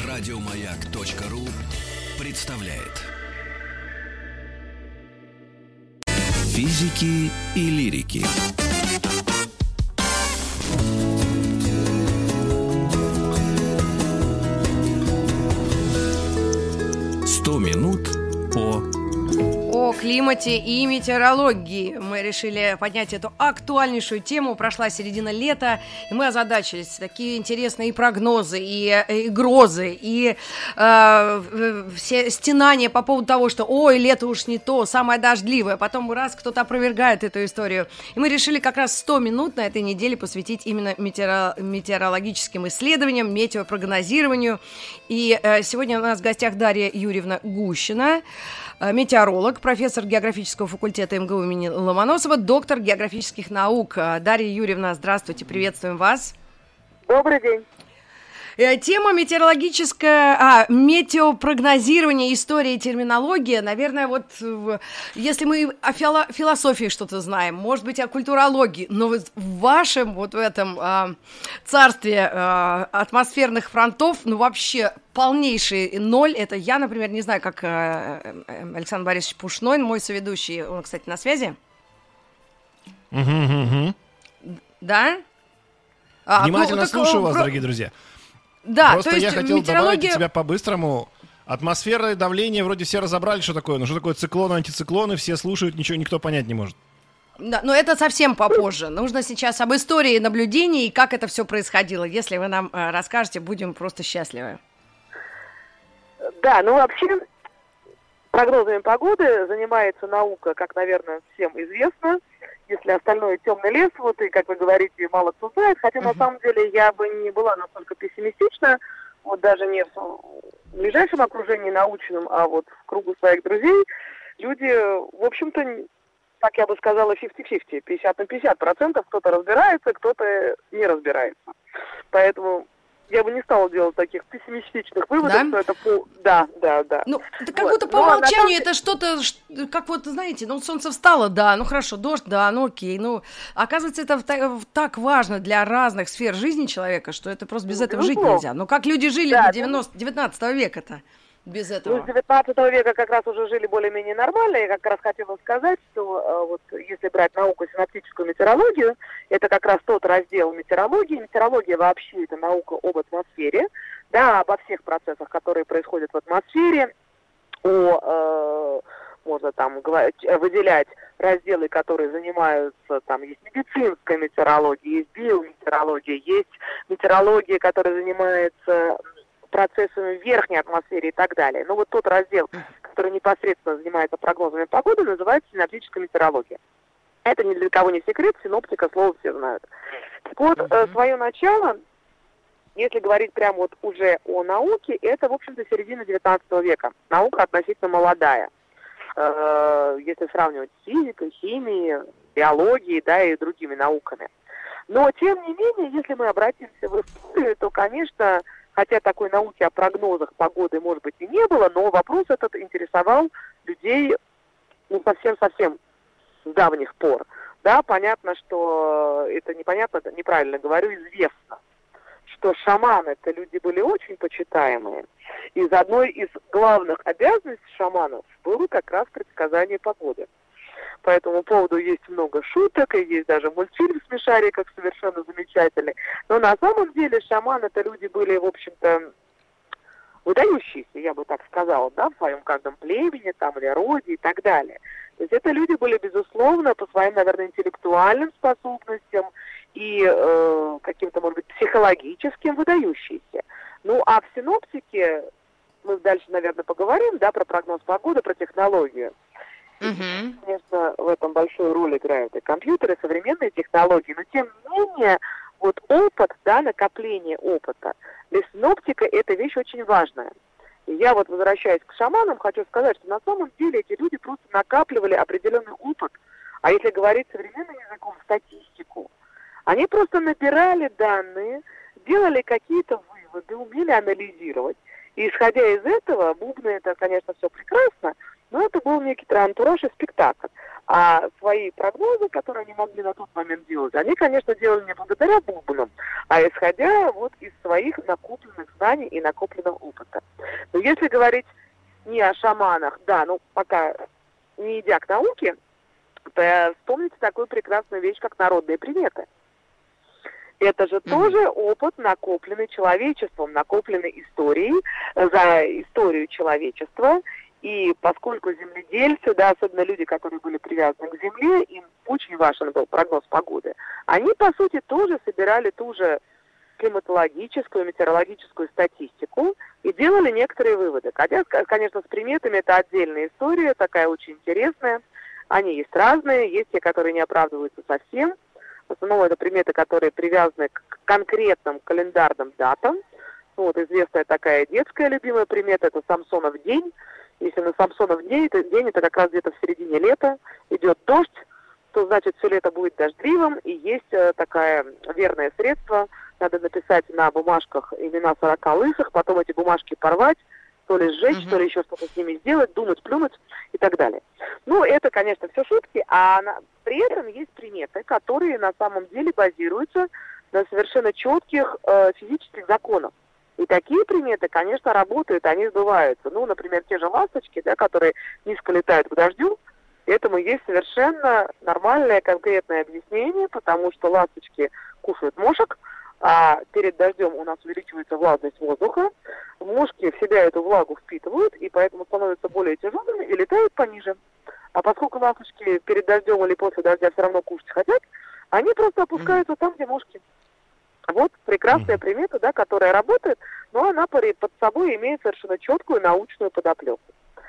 Радиомаяк.ру представляет Физики и лирики. «100 минут о климате и метеорологии». Мы решили поднять эту актуальнейшую тему. Прошла середина лета, и мы озадачились. Такие интересные и прогнозы, и грозы, и все стенания по поводу того, что «ой, лето уж не то, самое дождливое». Потом раз кто-то опровергает эту историю. И мы решили как раз 100 минут на этой неделе посвятить именно метеорологическим исследованиям, метеопрогнозированию. И сегодня у нас в гостях Дарья Юрьевна Гущина, метеоролог, профессор географического факультета МГУ имени Ломоносова, доктор географических наук. Дарья Юрьевна, здравствуйте, приветствуем вас. Добрый день. Тема метеорологическая, метеопрогнозирование, история и терминология. Наверное, вот если мы о философии что-то знаем, может быть, о культурологии, но вот в вашем вот в этом царстве атмосферных фронтов, ну вообще полнейший ноль. Это я, например, не знаю, как Александр Борисович Пушной, мой соведущий, он, кстати, на связи. Да? Внимательно слушаю вас, дорогие друзья. Да, просто то есть я хотел добавить от тебя по-быстрому. Атмосферное давление, вроде все разобрали, что такое. Но что такое циклоны, антициклоны, все слушают, ничего никто понять не может. Да, но это совсем попозже. Нужно сейчас об истории наблюдений и как это все происходило. Если вы нам расскажете, будем просто счастливы. Да, ну вообще прогнозами погоды занимается наука, как, наверное, всем известно. Если остальное темный лес, вот, и, как вы говорите, мало кто знает. Хотя, на самом деле, я бы не была настолько пессимистична, вот даже не в ближайшем окружении научном, а вот в кругу своих друзей. Люди, в общем-то, как я бы сказала, 50-50, 50 на 50%. Кто-то разбирается, кто-то не разбирается. Поэтому я бы не стала делать таких пессимистичных выводов, что это Да. Ну, это как будто по умолчанию это что-то, как вот, знаете, ну, солнце встало, да, ну, хорошо, дождь, да, ну, окей, ну, оказывается, это так важно для разных сфер жизни человека, что это просто без этого жить нельзя. Ну, как люди жили до 19 века-то без этого? Ну, с 19 века как раз уже жили более-менее нормально. Я как раз хотела сказать, что вот если брать науку синоптическую метеорологию, это как раз тот раздел метеорологии. Метеорология вообще это наука об атмосфере, да, обо всех процессах, которые происходят в атмосфере, можно там выделять разделы, которые занимаются, там есть медицинская метеорология, есть биометеорология, есть метеорология, которая занимается процессами в верхней атмосфере и так далее. Но вот тот раздел, который непосредственно занимается прогнозами погоды, называется синоптическая метеорология. Это ни для кого не секрет, синоптика, слово все знают. Так вот, свое начало, если говорить прямо вот уже о науке, это, в общем-то, середина 19 века. Наука относительно молодая. Если сравнивать с физикой, химией, биологией, да, и другими науками. Но, тем не менее, если мы обратимся в историю, то, конечно, хотя такой науки о прогнозах погоды, может быть, и не было, но вопрос этот интересовал людей, ну, совсем-совсем с давних пор. Да, понятно, что это непонятно, неправильно говорю, известно, что шаманы это люди были очень почитаемые. И из одной из главных обязанностей шаманов было как раз предсказание погоды. По этому поводу есть много шуток, и есть даже мультфильм в смешариках совершенно замечательный. Но на самом деле шаманы это люди были, в общем-то, выдающиеся, я бы так сказала, да, в своем каждом племени, там, или роде и так далее. То есть это люди были, безусловно, по своим, наверное, интеллектуальным способностям и каким-то, может быть, психологическим выдающиеся. Ну, а в синоптике, мы дальше, наверное, поговорим, да, про прогноз погоды, про технологию. Конечно, в этом большую роль играют и компьютеры, и современные технологии, но тем не менее, вот опыт, да, накопление опыта для синоптика это вещь очень важная. И я вот, возвращаясь к шаманам, хочу сказать, что на самом деле эти люди просто накапливали определенный опыт, а если говорить современным языком, статистику, они просто набирали данные, делали какие-то выводы, умели анализировать. И исходя из этого, бубны это, конечно, все прекрасно, но это был некий антураж и спектакль. А свои прогнозы, которые они могли на тот момент делать, они, конечно, делали не благодаря бубнам, а исходя вот из своих накопленных знаний и накопленного опыта. Но если говорить не о шаманах, да, ну пока не идя к науке, то вспомните такую прекрасную вещь, как народные приметы. Это же тоже опыт, накопленный человечеством, накопленный историей, за историю человечества. И поскольку земледельцы, да, особенно люди, которые были привязаны к земле, им очень важен был прогноз погоды, они, по сути, тоже собирали ту же климатологическую, метеорологическую статистику и делали некоторые выводы. Хотя, конечно, с приметами это отдельная история, такая очень интересная. Они есть разные, есть те, которые не оправдываются совсем. В основном это приметы, которые привязаны к конкретным календарным датам. Ну, вот известная такая детская любимая примета – это Самсонов день. Если на Самсонов день, это как раз где-то в середине лета, идет дождь, то значит все лето будет дождливым, и есть такое верное средство. Надо написать на бумажках имена 40 лысых, потом эти бумажки порвать, то ли сжечь, то ли еще что-то с ними сделать, думать, плюнуть и так далее. Ну, это, конечно, все шутки, при этом есть приметы, которые на самом деле базируются на совершенно четких физических законах. И такие приметы, конечно, работают, они сбываются. Ну, например, те же ласточки, да, которые низко летают к дождю, этому есть совершенно нормальное конкретное объяснение, потому что ласточки кушают мошек, а перед дождем у нас увеличивается влажность воздуха, мошки в себя эту влагу впитывают, и поэтому становятся более тяжелыми и летают пониже. А поскольку ласточки перед дождем или после дождя все равно кушать хотят, они просто опускаются там, где мошки. Вот прекрасная примета, да, которая работает, но она под собой имеет совершенно четкую научную подоплеку.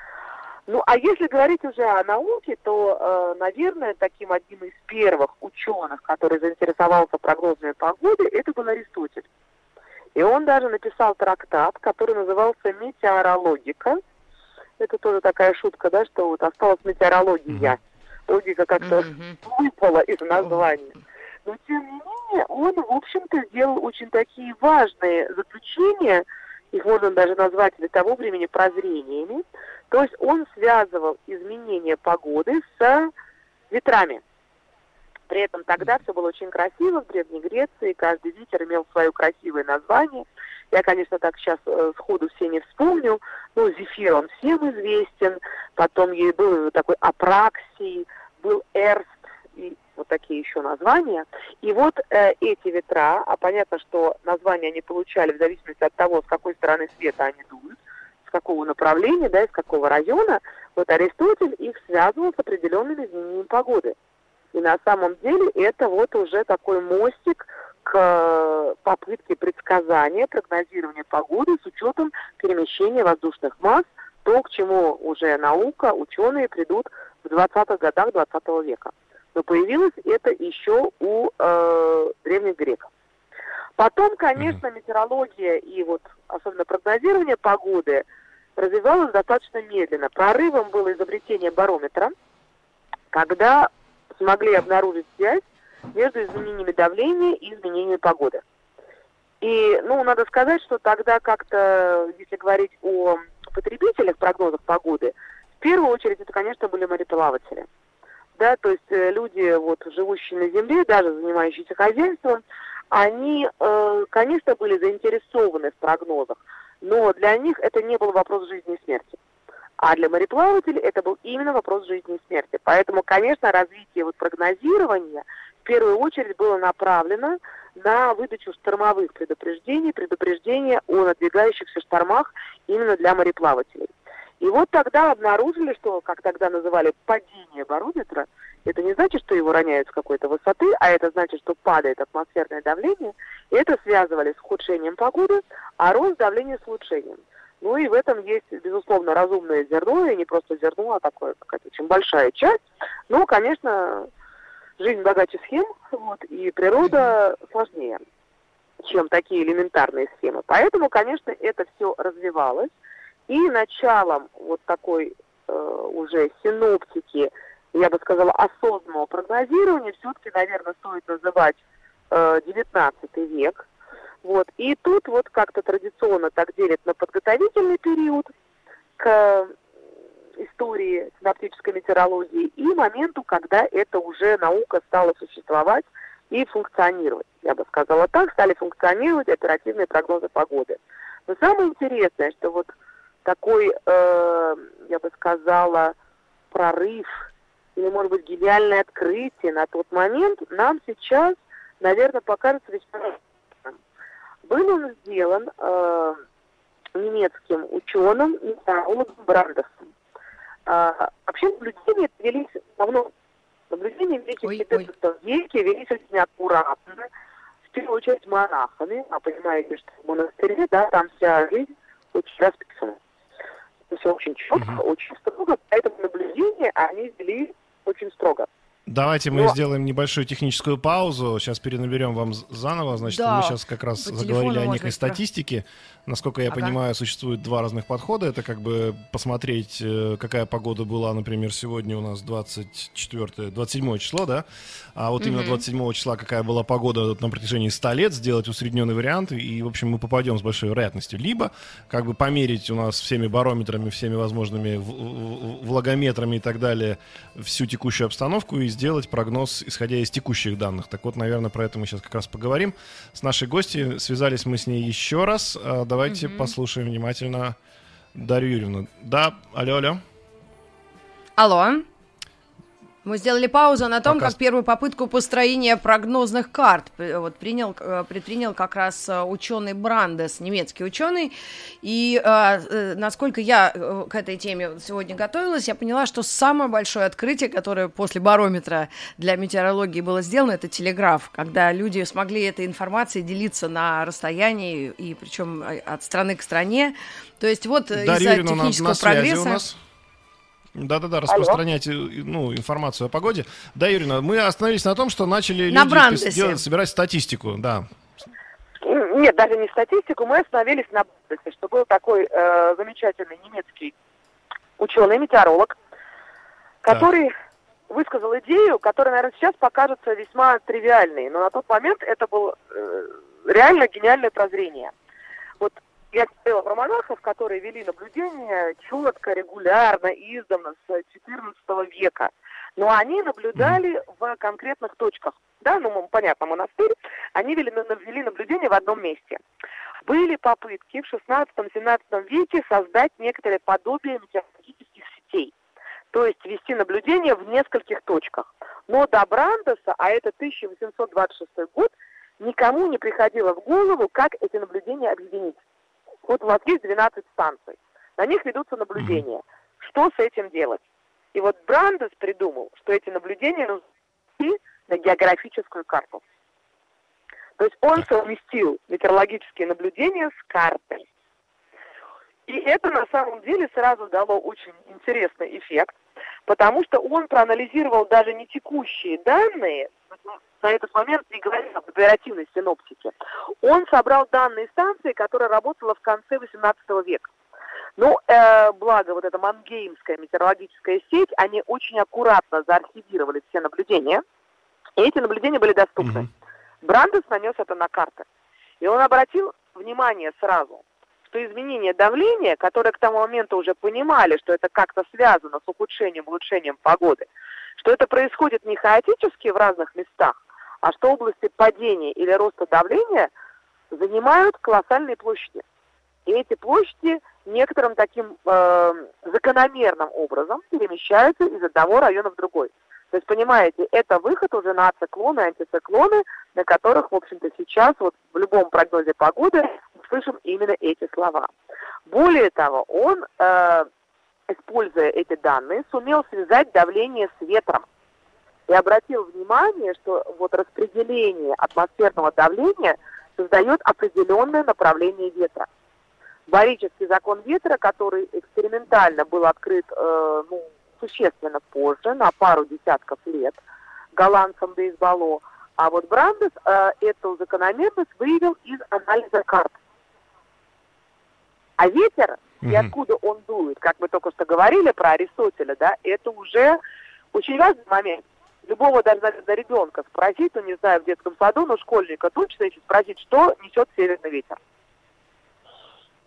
Ну, а если говорить уже о науке, то, наверное, таким одним из первых ученых, который заинтересовался прогнозами погоды, это был Аристотель. И он даже написал трактат, который назывался «Метеорологика». Это тоже такая шутка, да, что вот осталась метеорология. Логика как-то выпала из названия. Но, тем не менее, он, в общем-то, сделал очень такие важные заключения, их можно даже назвать для того времени прозрениями. То есть он связывал изменения погоды с ветрами. При этом тогда все было очень красиво в Древней Греции, каждый ветер имел свое красивое название. Я, конечно, так сейчас сходу все не вспомню. Ну, Зефир, он всем известен. Потом был такой Апраксий, был Эрст и вот такие еще названия. И вот эти ветра, а понятно, что названия они получали в зависимости от того, с какой стороны света они дуют, с какого направления, да, из какого района, вот Аристотель их связывал с определенными изменениями погоды. И на самом деле это вот уже такой мостик к попытке предсказания, прогнозирования погоды с учетом перемещения воздушных масс, то, к чему уже наука, ученые придут в 20-х годах 20 века. Но появилось это еще у древних греков. Потом, конечно, метеорология и вот особенно прогнозирование погоды развивалось достаточно медленно. Прорывом было изобретение барометра, когда смогли обнаружить связь между изменениями давления и изменениями погоды. И, ну, надо сказать, что тогда как-то, если говорить о потребителях, прогнозах погоды, в первую очередь это, конечно, были мореплаватели. Да, то есть люди, вот, живущие на земле, даже занимающиеся хозяйством, они, конечно, были заинтересованы в прогнозах, но для них это не был вопрос жизни и смерти. А для мореплавателей это был именно вопрос жизни и смерти. Поэтому, конечно, развитие вот прогнозирования в первую очередь было направлено на выдачу штормовых предупреждения о надвигающихся штормах именно для мореплавателей. И вот тогда обнаружили, что, как тогда называли, падение барометра, это не значит, что его роняют с какой-то высоты, а это значит, что падает атмосферное давление, и это связывали с ухудшением погоды, а рост давления с улучшением. Ну и в этом есть, безусловно, разумное зерно, и не просто зерно, а такое, какая-то очень большая часть. Но, конечно, жизнь богаче схем, вот, и природа сложнее, чем такие элементарные схемы. Поэтому, конечно, это все развивалось. И началом вот такой уже синоптики, я бы сказала, осознанного прогнозирования все-таки, наверное, стоит называть 19 век. Вот. И тут вот как-то традиционно так делят на подготовительный период к истории синоптической метеорологии и моменту, когда это уже наука стала существовать и функционировать. Я бы сказала так, стали функционировать оперативные прогнозы погоды. Но самое интересное, что вот такой, я бы сказала, прорыв или, может быть, гениальное открытие на тот момент нам сейчас, наверное, покажется весьма важным. Был он сделан немецким ученым, метеорологом Брандесом. Вообще наблюдения велись давно. Наблюдения в XIX веке велись очень аккуратно, в первую очередь монахами. А понимаете, что в монастыре, да, там вся жизнь очень расписана. Все очень четко, очень строго, поэтому наблюдения они вели очень строго. Давайте мы сделаем небольшую техническую паузу. Сейчас перенаберем вам заново. Значит, да, мы сейчас как раз заговорили о некой статистике. Насколько я понимаю, существует два разных подхода. Это как бы посмотреть, какая погода была, например, сегодня у нас 27 число, да? А вот именно 27 числа какая была погода на протяжении 100 лет, сделать усредненный вариант, и, в общем, мы попадем с большой вероятностью. Либо как бы померить у нас всеми барометрами, всеми возможными влагометрами и так далее всю текущую обстановку и сделать прогноз, исходя из текущих данных. Так вот, наверное, про это мы сейчас как раз поговорим. С нашей гостьей связались мы с ней еще раз. Давайте послушаем внимательно Дарью Юрьевну. Да, алло. Алло. Мы сделали паузу на том, как первую попытку построения прогнозных карт предпринял как раз ученый Брандес, немецкий ученый. И насколько я к этой теме сегодня готовилась, я поняла, что самое большое открытие, которое после барометра для метеорологии было сделано, это телеграф, когда люди смогли этой информацией делиться на расстоянии, и причем от страны к стране. То есть вот из-за технического прогресса... Да-да-да, распространять информацию о погоде. Да, Юрина, мы остановились на том, что начали люди собирать статистику. Да. Нет, даже не статистику, мы остановились на Брандесе, что был такой замечательный немецкий ученый-метеоролог, который высказал идею, которая, наверное, сейчас покажется весьма тривиальной, но на тот момент это было реально гениальное прозрение. Вот я говорила про монахов, которые вели наблюдения четко, регулярно, издавна, с XIV века. Но они наблюдали в конкретных точках. Да, понятно, монастырь. Они вели наблюдения в одном месте. Были попытки в XVI-XVII веке создать некоторое подобие метеорологических сетей. То есть вести наблюдения в нескольких точках. Но до Брандеса, а это 1826 год, никому не приходило в голову, как эти наблюдения объединить. Вот у вас есть 12 станций, на них ведутся наблюдения. Что с этим делать? И вот Брандес придумал, что эти наблюдения нужно вести на географическую карту. То есть он совместил метеорологические наблюдения с картой. И это на самом деле сразу дало очень интересный эффект, потому что он проанализировал даже не текущие данные, на этот момент не говоря об оперативной синоптике. Он собрал данные станции, которая работала в конце XVIII века. Но благо вот эта Мангеймская метеорологическая сеть, они очень аккуратно заархивировали все наблюдения, и эти наблюдения были доступны. Брандес нанес это на карты. И он обратил внимание сразу, что изменение давления, которое к тому моменту уже понимали, что это как-то связано с ухудшением, улучшением погоды, что это происходит не хаотически в разных местах, а что области падения или роста давления занимают колоссальные площади. И эти площади некоторым таким закономерным образом перемещаются из одного района в другой. То есть, понимаете, это выход уже на циклоны, антициклоны, на которых, в общем-то, сейчас вот в любом прогнозе погоды мы слышим именно эти слова. Более того, он, используя эти данные, сумел связать давление с ветром. И обратил внимание, что вот распределение атмосферного давления создает определенное направление ветра. Барический закон ветра, который экспериментально был открыт существенно позже, на пару десятков лет, голландцем де Избало, а вот Брандес эту закономерность выявил из анализа карт. А ветер, и откуда он дует, как мы только что говорили про Аристотеля, да, это уже очень важный момент. Любого даже ребенка спросить, не знаю, в детском саду, но школьника точно, если спросить, что несет северный ветер.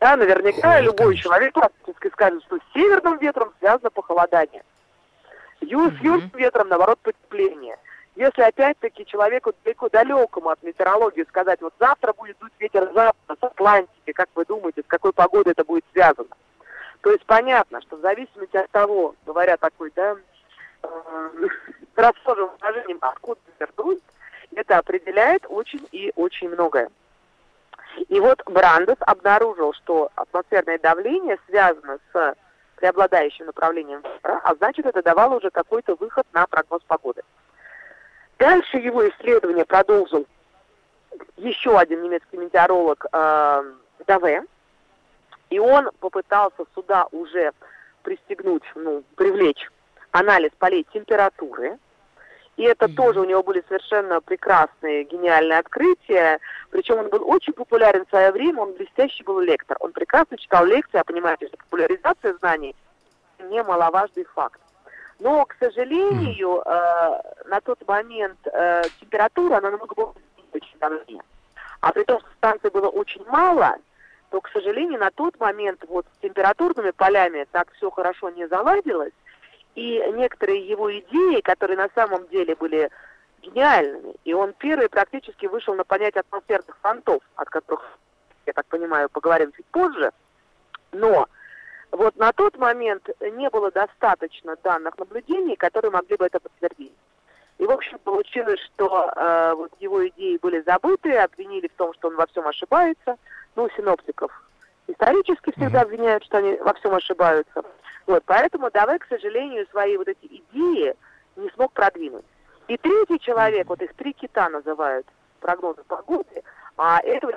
Да, наверняка любой человек практически скажет, что с северным ветром связано похолодание. С южным ветром, наоборот, потепление. Если опять-таки человеку далекому от метеорологии сказать, вот завтра будет дуть ветер запада, с Атлантики, как вы думаете, с какой погодой это будет связано? То есть понятно, что в зависимости от того, говоря такой, да, расхожим выражением, откуда ветер дует, это определяет очень и очень многое. И вот Брандес обнаружил, что атмосферное давление связано с преобладающим направлением ветра, а значит, это давало уже какой-то выход на прогноз погоды. Дальше его исследование продолжил еще один немецкий метеоролог Даве, и он попытался сюда уже привлечь анализ полей температуры. И это тоже у него были совершенно прекрасные, гениальные открытия. Причем он был очень популярен в свое время, он блестящий был лектор. Он прекрасно читал лекции, а понимаете, что популяризация знаний – немаловажный факт. Но, к сожалению, на тот момент температура, она намного была очень давнее. А при том, что станций было очень мало, то, к сожалению, на тот момент вот с температурными полями так все хорошо не заладилось. И некоторые его идеи, которые на самом деле были гениальными, и он первый практически вышел на понятие атмосферных фронтов, от которых, я так понимаю, поговорим чуть позже. Но вот на тот момент не было достаточно данных наблюдений, которые могли бы это подтвердить. И, в общем, получилось, что вот его идеи были забыты, обвинили в том, что он во всем ошибается. Ну, синоптиков исторически всегда обвиняют, что они во всем ошибаются. Вот, поэтому Даве, к сожалению, свои вот эти идеи не смог продвинуть. И третий человек, вот их три кита называют, прогнозы погоды, а это...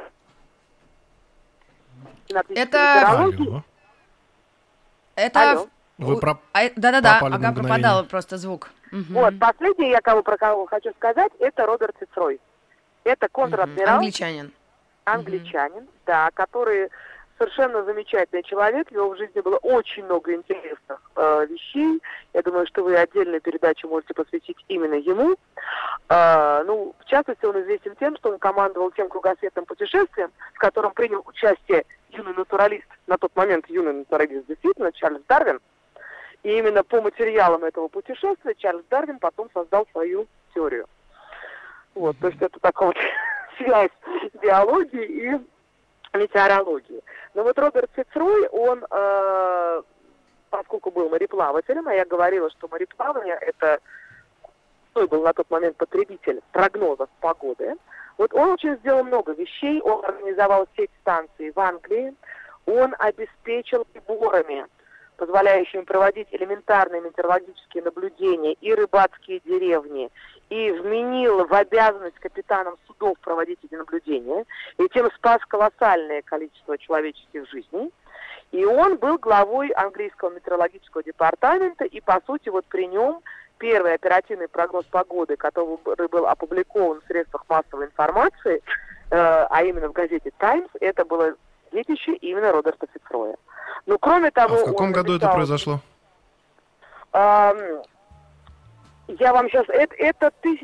Да-да-да, пропадал просто звук. Вот, последний, про кого хочу сказать, это Роберт Фицрой. Это контр-адмирал. Англичанин, да, который совершенно замечательный человек. У него в жизни было очень много интересных вещей. Я думаю, что вы отдельную передачу можете посвятить именно ему. В частности, он известен тем, что он командовал тем кругосветным путешествием, в котором принял участие юный натуралист, на тот момент юный натуралист действительно, Чарльз Дарвин. И именно по материалам этого путешествия Чарльз Дарвин потом создал свою теорию. Вот, то есть это такая вот связь биологии и метеорологии. Но вот Роберт Фицрой, он, поскольку был мореплавателем, а я говорила, что мореплавание это был на тот момент потребитель прогнозов погоды, вот он очень сделал много вещей, он организовал сеть станций в Англии, он обеспечил приборами, позволяющими проводить элементарные метеорологические наблюдения и рыбацкие деревни, и вменил в обязанность капитанам судов проводить эти наблюдения, и тем спас колоссальное количество человеческих жизней. И он был главой английского метеорологического департамента, и, по сути, вот при нем первый оперативный прогноз погоды, который был опубликован в средствах массовой информации, а именно в газете «Таймс», это было детище именно Роберта Фицроя. Ну, кроме того, в каком году это произошло? Я вам сейчас... Это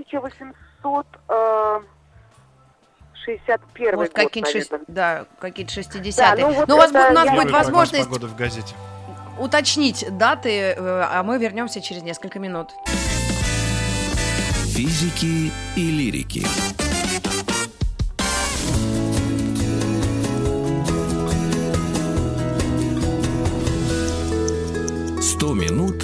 1861 год, наверное. Да, какие-то 60-е. Да, у нас будет возможность погоды в газете. Уточнить даты, а мы вернемся через несколько минут. Физики и лирики. Минут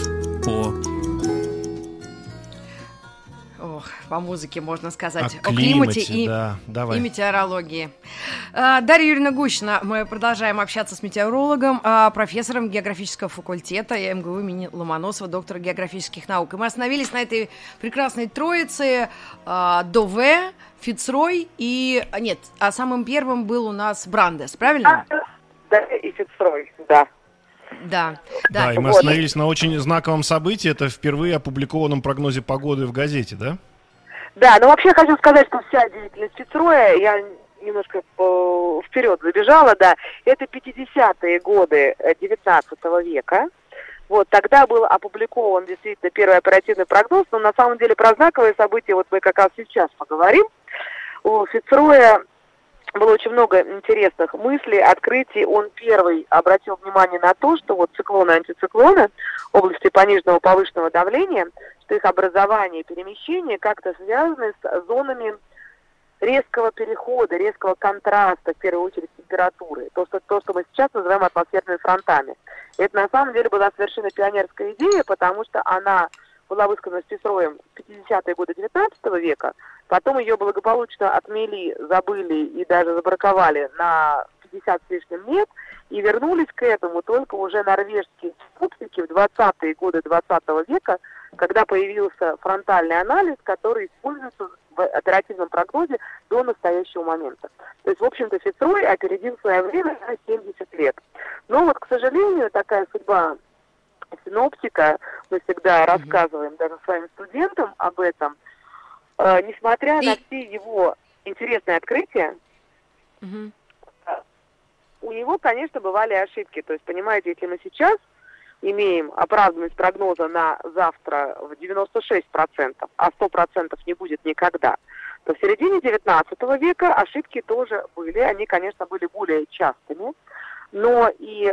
по музыке, можно сказать, о климате и метеорологии. Дарья Юрьевна Гущина, мы продолжаем общаться с метеорологом, профессором географического факультета МГУ имени Ломоносова, доктора географических наук. И мы остановились на этой прекрасной троице Даве, Фицрой и... Нет, а самым первым был у нас Брандес, правильно? Да, и Фицрой, да. Да, и мы остановились на очень знаковом событии. Это впервые опубликованном прогнозе погоды в газете, да? Да, но вообще хочу сказать, что вся деятельность Фицроя, я немножко вперед забежала, да, это 50-е годы 19 века. Вот, тогда был опубликован действительно первый оперативный прогноз, но на самом деле про знаковые события вот мы как раз сейчас поговорим. У Фицроя было очень много интересных мыслей, открытий. Он первый обратил внимание на то, что вот циклоны и антициклоны, области пониженного повышенного давления, что их образование и перемещение как-то связаны с зонами резкого перехода, резкого контраста, в первую очередь, температуры. То, что мы сейчас называем атмосферными фронтами. Это на самом деле была совершенно пионерская идея, потому что она была высказана Фицроем в 50-е годы 19 века, потом ее благополучно отмели, забыли и даже забраковали на 50 с лишним лет, и вернулись к этому только уже норвежские синоптики в 20-е годы 20 века, когда появился фронтальный анализ, который используется в оперативном прогнозе до настоящего момента. То есть, в общем-то, Фицрой опередил свое время на 70 лет. Но вот, к сожалению, такая судьба синоптика, мы всегда рассказываем даже своим студентам об этом, несмотря на все его интересные открытия, у него, конечно, бывали ошибки. То есть, понимаете, если мы сейчас имеем оправданность прогноза на завтра в 96%, а 100% не будет никогда, то в середине 19 века ошибки тоже были. Они, конечно, были более частыми, но и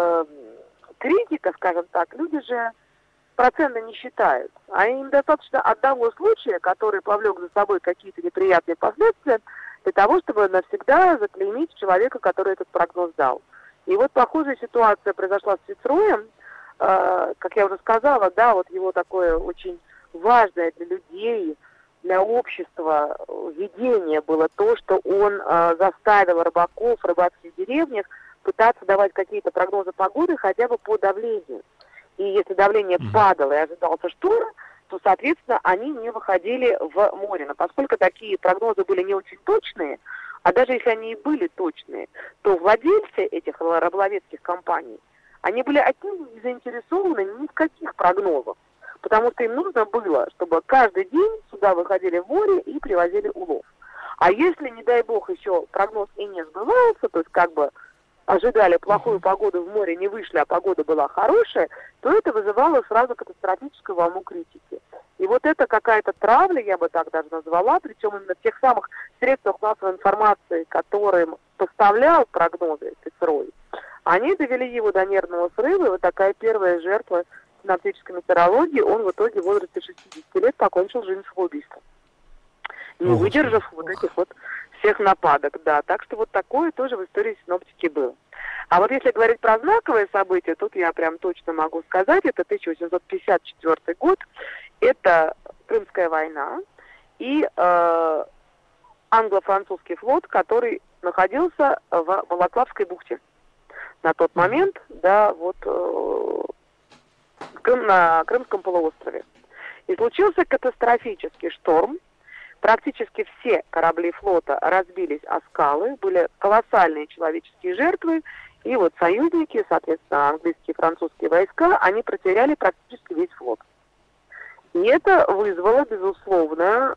критика, скажем так, люди же процентно не считают. А им достаточно одного случая, который повлек за собой какие-то неприятные последствия, для того, чтобы навсегда заклеймить человека, который этот прогноз дал. И вот похожая ситуация произошла с Фицроем. Как я уже сказала, да, вот его такое очень важное для людей, для общества видение было то, что он заставил рыбаков в рыбацких деревнях пытаться давать какие-то прогнозы погоды хотя бы по давлению. И если давление падало и ожидался шторм, то, соответственно, они не выходили в море. Но поскольку такие прогнозы были не очень точные, а даже если они и были точные, то владельцы этих рыболовецких компаний, они были отнюдь не заинтересованы ни в каких прогнозах, потому что им нужно было, чтобы каждый день сюда выходили в море и привозили улов. А если, не дай бог, еще прогноз и не сбывался, то есть как бы ожидали плохую погоду в море, не вышли, а погода была хорошая, то это вызывало сразу катастрофическую волну критики. И вот это какая-то травля, я бы так даже назвала, причем именно в тех самых средствах массовой информации, которым поставлял прогнозы Фицрой, они довели его до нервного срыва, и вот такая первая жертва синоптической метеорологии, он в итоге в возрасте 60 лет покончил жизнь самоубийством, не выдержав вот этих вот всех нападок, да. Так что вот такое тоже в истории синоптики было. А вот если говорить про знаковые события, тут я прям точно могу сказать, это 1854 год, это Крымская война и англо-французский флот, который находился в Балаклавской бухте. На тот момент, да, вот на Крымском полуострове. И случился катастрофический шторм. Практически все корабли флота разбились о скалы, были колоссальные человеческие жертвы, и вот союзники, соответственно, английские и французские войска, они потеряли практически весь флот. И это вызвало, безусловно,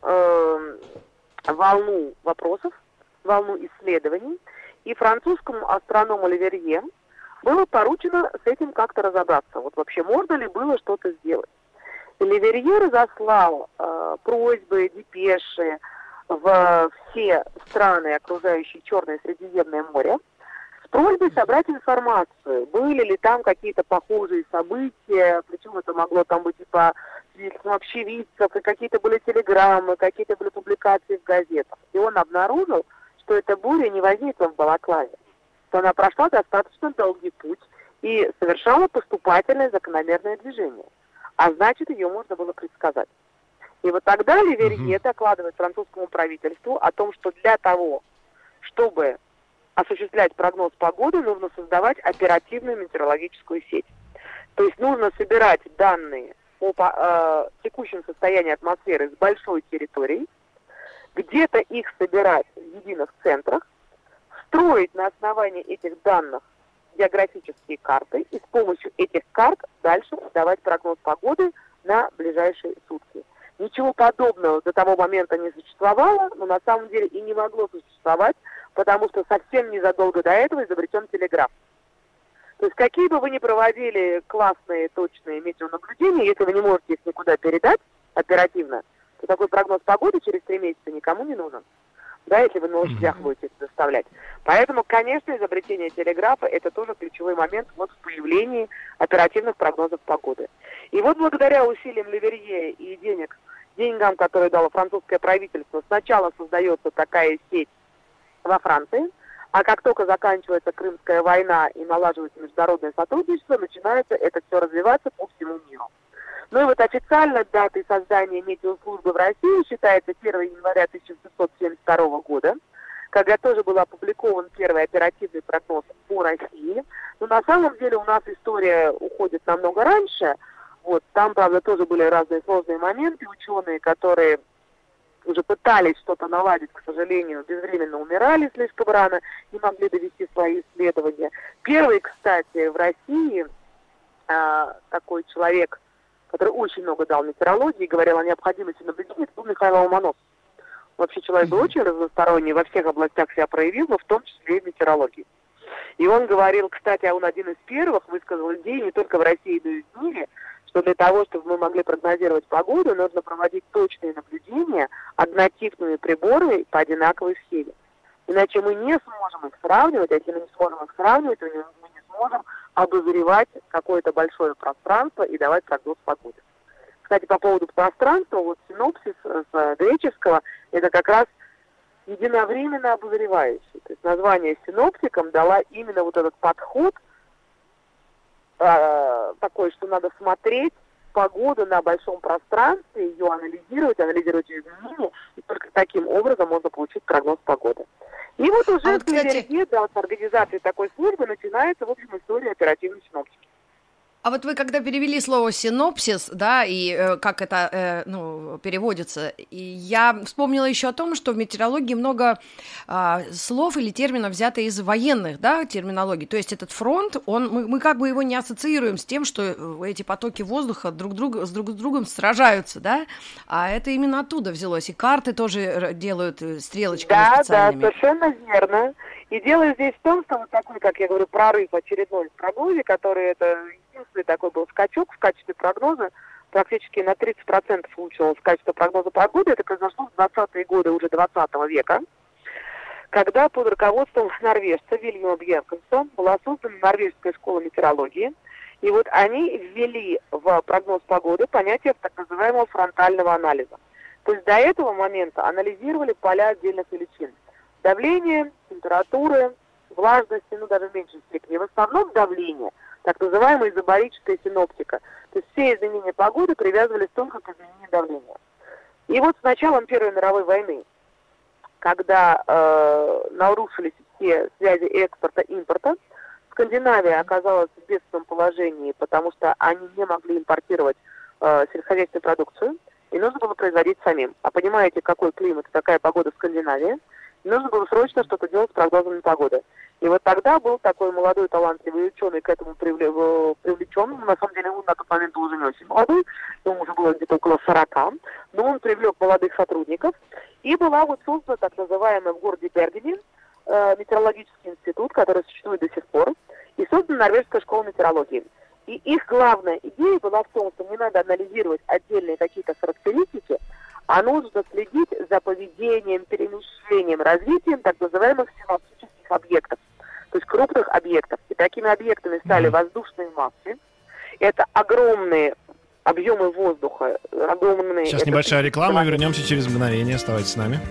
волну вопросов, волну исследований, и французскому астроному Леверье было поручено с этим как-то разобраться. Вот вообще можно ли было что-то сделать? И Леверье разослал просьбы, депеши в все страны, окружающие Черное и Средиземное море, с просьбой собрать информацию, были ли там какие-то похожие события, причем это могло там быть и по свидетельствам очевидцев, и какие-то были телеграммы, какие-то были публикации в газетах. И он обнаружил, что эта буря не возникла в Балаклаве, что она прошла достаточно долгий путь и совершала поступательное закономерное движение. А значит, ее можно было предсказать. И вот тогда Леверье докладывает французскому правительству о том, что для того, чтобы осуществлять прогноз погоды, нужно создавать оперативную метеорологическую сеть. То есть нужно собирать данные о текущем состоянии атмосферы с большой территории, где-то их собирать в единых центрах, строить на основании этих данных географические карты и с помощью этих карт дальше давать прогноз погоды на ближайшие сутки. Ничего подобного до того момента не существовало, но на самом деле и не могло существовать, потому что совсем незадолго до этого изобретен телеграф. То есть какие бы вы ни проводили классные, точные метеонаблюдения, если вы не можете их никуда передать оперативно, то такой прогноз погоды через 3 месяца никому не нужен. да, если вы на лошадях будете это доставлять. Поэтому, конечно, изобретение телеграфа – это тоже ключевой момент вот в появлении оперативных прогнозов погоды. И вот благодаря усилиям Леверье и деньгам, которые дало французское правительство, сначала создается такая сеть во Франции, а как только заканчивается Крымская война и налаживается международное сотрудничество, начинается это все развиваться по всему миру. Ну и вот официально датой создания метеослужбы в России считается 1 января 1672 года, когда тоже был опубликован первый оперативный прогноз по России. Но на самом деле у нас история уходит намного раньше. Вот, там, правда, тоже были разные сложные моменты. Ученые, которые уже пытались что-то наладить, к сожалению, безвременно умирали слишком рано, не могли довести свои исследования. Первый, кстати, в России такой человек, который очень много дал метеорологии, говорил о необходимости наблюдения, это был Михаил Ломоносов. Вообще человек был очень разносторонний, во всех областях себя проявил, но в том числе и в метеорологии. И он говорил, кстати, он один из первых высказал идею не только в России, но и в мире, что для того, чтобы мы могли прогнозировать погоду, нужно проводить точные наблюдения однотипными приборами по одинаковой схеме. Иначе мы не сможем их сравнивать, а если мы не сможем их сравнивать, то мы не сможем обозревать какое-то большое пространство и давать прогноз погоды. Кстати, по поводу пространства, вот синопсис с греческого, это как раз единовременно обозревающий. То есть название синоптикам дала именно вот этот подход, такой, что надо смотреть погоду на большом пространстве, ее анализировать ее изменения, и только таким образом можно получить прогноз погоды. И вот уже с организации такой службы начинается, в общем, история оперативной синоптики. А вот вы когда перевели слово «синопсис», да, и как это переводится, и я вспомнила еще о том, что в метеорологии много слов или терминов взято из военных, да, терминологий. То есть этот фронт, мы как бы его не ассоциируем с тем, что эти потоки воздуха друг с другом сражаются, да, а это именно оттуда взялось. И карты тоже делают стрелочками специальными. Да, совершенно верно. И дело здесь в том, что вот такой, как я говорю, прорыв очередной в прогнозе, который это единственный такой был скачок в качестве прогноза, практически на 30% улучшилось качество прогноза погоды. Это произошло в 20-е годы уже 20 века, когда под руководством норвежца Вильяма Бьеркенса была создана норвежская школа метеорологии. И вот они ввели в прогноз погоды понятие так называемого фронтального анализа. То есть до этого момента анализировали поля отдельных величин. Давление, температуры, влажность, даже в меньшей степени. В основном давление, так называемая изобарическая синоптика. То есть все изменения погоды привязывались только к изменению давления. И вот с началом Первой мировой войны, когда нарушились все связи экспорта-импорта, Скандинавия оказалась в бедственном положении, потому что они не могли импортировать сельскохозяйственную продукцию, и нужно было производить самим. А понимаете, какой климат, какая погода в Скандинавии? Нужно было срочно что-то делать с прогнозами погоды. И вот тогда был такой молодой талантливый ученый к этому привлечен. На самом деле он на тот момент уже не очень молодой, ему уже было где-то около 40, но он привлек молодых сотрудников. И была вот создана так называемая в городе Бергене метеорологический институт, который существует до сих пор, и создана норвежская школа метеорологии. И их главная идея была в том, что не надо анализировать отдельные какие-то характеристики, а нужно следить за поведением, перемещением, развитием так называемых синоптических объектов, то есть крупных объектов. И такими объектами стали воздушные массы. Это огромные объемы воздуха, огромные... Сейчас небольшая реклама, вернемся через мгновение. Оставайтесь с нами.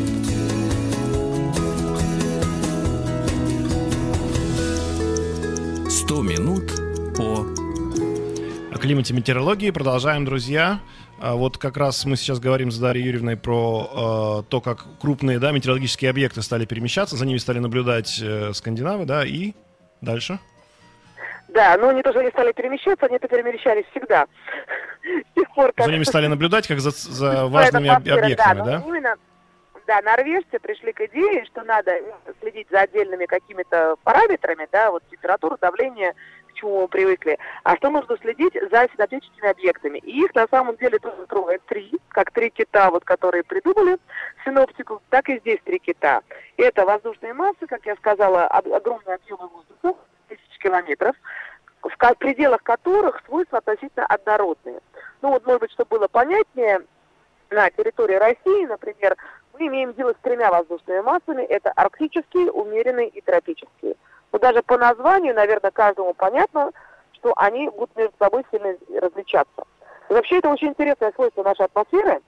Минут по... О климате, метеорологии продолжаем, друзья. Вот как раз мы сейчас говорим с Дарьей Юрьевной про то, как крупные, да, метеорологические объекты стали перемещаться, за ними стали наблюдать скандинавы, да, и дальше? Да, но не то, что они стали перемещаться, они это перемещались всегда. С тех пор, как... За ними стали наблюдать, как за важными объектами, да? Именно, да, норвежцы пришли к идее, что надо следить за отдельными какими-то параметрами, да, вот температура, давление, к чему мы привыкли, а что нужно следить за синоптическими объектами. И их на самом деле тоже трое, три, как три кита, вот, которые придумали синоптику, так и здесь три кита. Это воздушные массы, как я сказала, огромные объемы воздуха, 1000 километров, в пределах которых свойства относительно однородные. Ну вот, может быть, чтобы было понятнее, на территории России, например, мы имеем дело с тремя воздушными массами. Это арктические, умеренные и тропические. Но даже по названию, наверное, каждому понятно, что они будут между собой сильно различаться. И вообще это очень интересное свойство нашей атмосферы.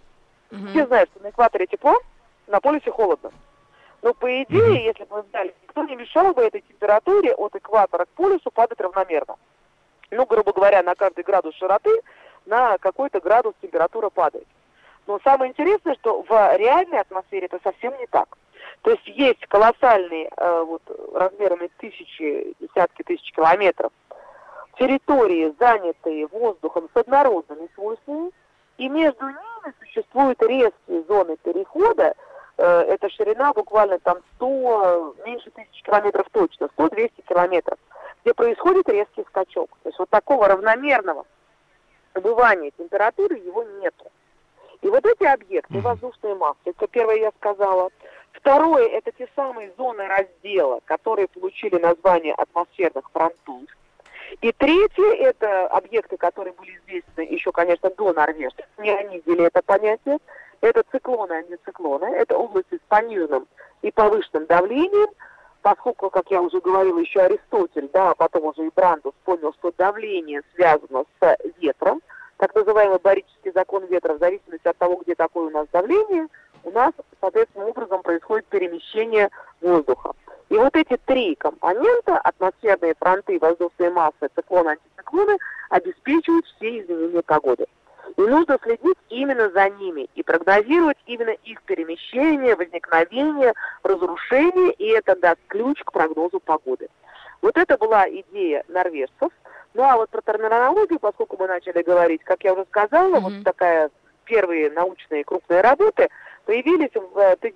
Все знают, что на экваторе тепло, на полюсе холодно. Но по идее, если бы мы взяли, никто не мешал бы этой температуре от экватора к полюсу падать равномерно. Ну, грубо говоря, на каждый градус широты на какой-то градус температура падает. Но самое интересное, что в реальной атмосфере это совсем не так. То есть есть колоссальные размерами тысячи, десятки тысяч километров территории, занятые воздухом с однородными свойствами, и между ними существуют резкие зоны перехода. Это ширина буквально там 100, меньше тысяч километров точно, 100-200 километров, где происходит резкий скачок. То есть вот такого равномерного убывания температуры его нету. И вот эти объекты, воздушные массы, это первое я сказала. Второе, это те самые зоны раздела, которые получили название атмосферных фронтов. И третье, это объекты, которые были известны еще, конечно, до норвежцев. Не они ввели это понятие. Это циклоны, антициклоны. Это области с пониженным и повышенным давлением. Поскольку, как я уже говорила, еще Аристотель, да, а потом уже и Брандус понял, что давление связано с ветром. Так называемый барический закон ветра, в зависимости от того, где такое у нас давление, у нас, соответственным образом, происходит перемещение воздуха. И вот эти три компонента, атмосферные фронты, воздушные массы, циклоны, антициклоны, обеспечивают все изменения погоды. И нужно следить именно за ними и прогнозировать именно их перемещение, возникновение, разрушение, и это даст ключ к прогнозу погоды. Вот это была идея норвежцев. Ну а вот про терминологию, поскольку мы начали говорить, как я уже сказала, вот такая первые научные крупные работы появились в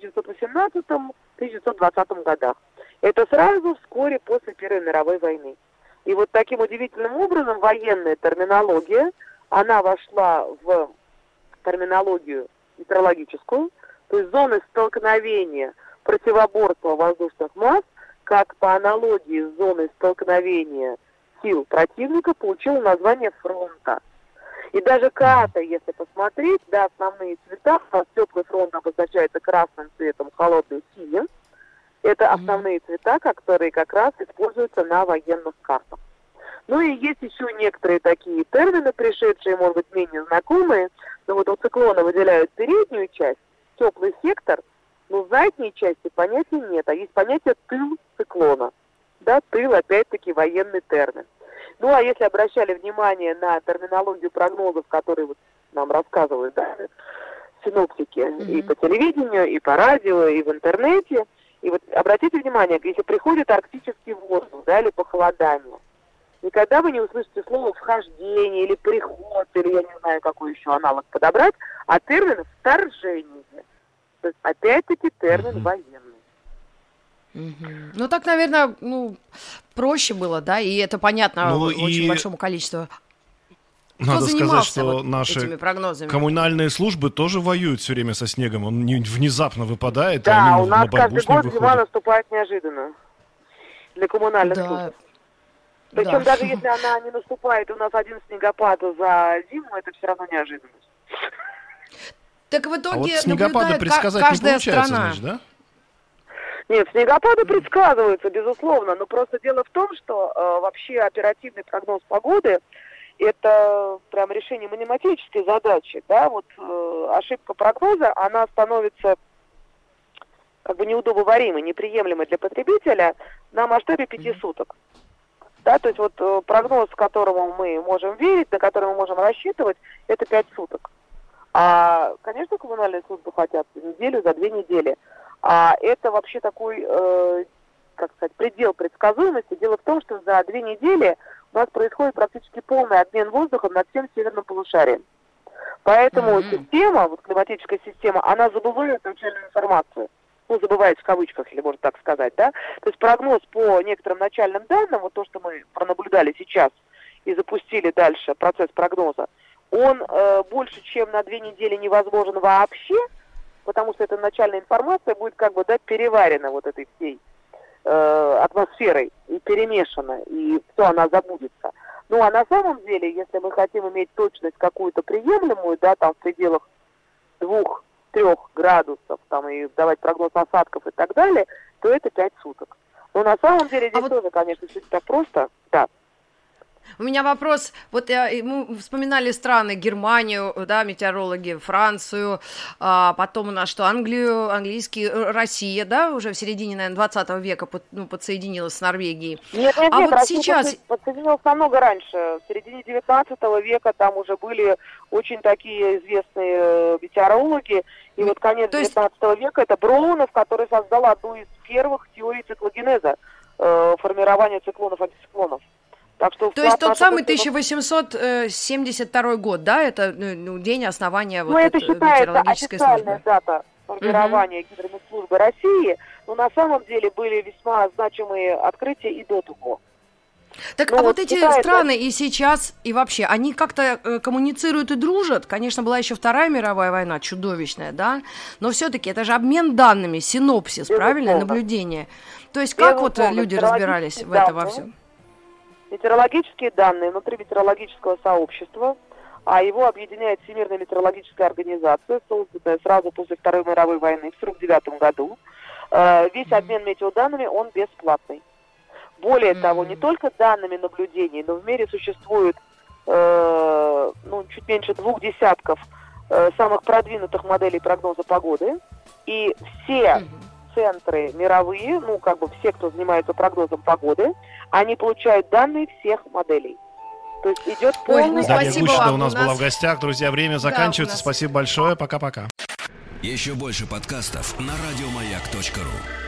1918-1920 годах. Это сразу вскоре после Первой мировой войны. И вот таким удивительным образом военная терминология, она вошла в терминологию метеорологическую, то есть зоны столкновения противоборства воздушных масс, как по аналогии с зоной столкновения сил противника, получила название фронта. И даже карта, если посмотреть, да, основные цвета, теплый фронт обозначается красным цветом, холодный синим. Это основные цвета, которые как раз используются на военных картах. Ну и есть еще некоторые такие термины, пришедшие, может быть, менее знакомые. Но вот у циклона выделяют переднюю часть, теплый сектор, но задней части понятия нет. А есть понятие тыл циклона. Да, тыл, опять-таки, военный термин. Ну а если обращали внимание на терминологию прогнозов, которые вот нам рассказывают, да, синоптики и по телевидению, и по радио, и в интернете, и вот обратите внимание, если приходит арктический воздух, да, или похолодание, никогда вы не услышите слово «вхождение» или «приход», или я не знаю, какой еще аналог подобрать, а термин «вторжение». То есть, опять-таки, термин военный. Ну, так, наверное, проще было, да, и это понятно очень большому количеству. Надо сказать, что наши этими прогнозами? Коммунальные службы тоже воюют все время со снегом. Он не внезапно выпадает, да, а они у нас на борьбу каждый с ним год зима наступает неожиданно для коммунальных служб. Причем даже если она не наступает, у нас один снегопад за зиму, это все равно неожиданность. Так в итоге вот снегопады предсказать каждая не получается, страна. Значит, да? Нет, снегопады предсказываются, безусловно, но просто дело в том, что вообще оперативный прогноз погоды – это прям решение математической задачи, да, вот ошибка прогноза, она становится как бы неудобоваримой, неприемлемой для потребителя на масштабе 5 суток. Да, то есть вот прогноз, которому мы можем верить, на который мы можем рассчитывать, это 5 суток. А, конечно, коммунальные службы хотят неделю, за 2 недели. А это вообще такой, как сказать, предел предсказуемости. Дело в том, что за 2 недели у нас происходит практически полный обмен воздухом над всем северным полушарием. Поэтому система, вот климатическая система, она забывает начальную информацию. Ну, забывает в кавычках, или можно так сказать, да. То есть прогноз по некоторым начальным данным, вот то, что мы пронаблюдали сейчас и запустили дальше процесс прогноза, он больше, чем на 2 недели невозможен вообще, потому что эта начальная информация будет как бы, да, переварена вот этой всей атмосферой и перемешана, и все, она забудется. Ну, а на самом деле, если мы хотим иметь точность какую-то приемлемую, да, там в пределах 2-3 3 градусов, там, и давать прогноз осадков и так далее, то это 5 суток. Но на самом деле здесь тоже, конечно, все не так просто. Да. У меня вопрос, вот мы вспоминали страны, Германию, да, метеорологи, Францию, потом у нас что, Англию, английский, Россия, да, уже в середине, наверное, 20 века подсоединилась с Норвегией. Нет, вот Россия сейчас... подсоединилась намного раньше. В середине 19 века там уже были очень такие известные метеорологи. И вот конец 19 века это Броунов, который создал одну из первых теорий циклогенеза, формирования циклонов, антициклонов. Так что то есть тот самый 1872 год, да, это день основания вот это считается метеорологической службы. официальная дата формирования гидрометслужбы России, но на самом деле были весьма значимые открытия и до того. Так, а вот эти страны и сейчас, и вообще, они как-то коммуницируют и дружат? Конечно, была еще Вторая мировая война, чудовищная, да? Но все-таки это же обмен данными, синопсис, правильное наблюдение. То есть как вот люди разбирались в этом во всем? Метеорологические данные внутри метеорологического сообщества, а его объединяет Всемирная метеорологическая организация, созданная сразу после Второй мировой войны в 1949 году. Весь обмен метеоданными, он бесплатный. Более того, не только данными наблюдений, но в мире существует чуть меньше 2 десятков самых продвинутых моделей прогноза погоды, и все центры мировые, все, кто занимается прогнозом погоды, они получают данные всех моделей. То есть идет полный... Дарья Гущина у нас была в гостях. Друзья, время заканчивается. Спасибо большое. Пока-пока. Еще больше подкастов на радиомаяк.ру.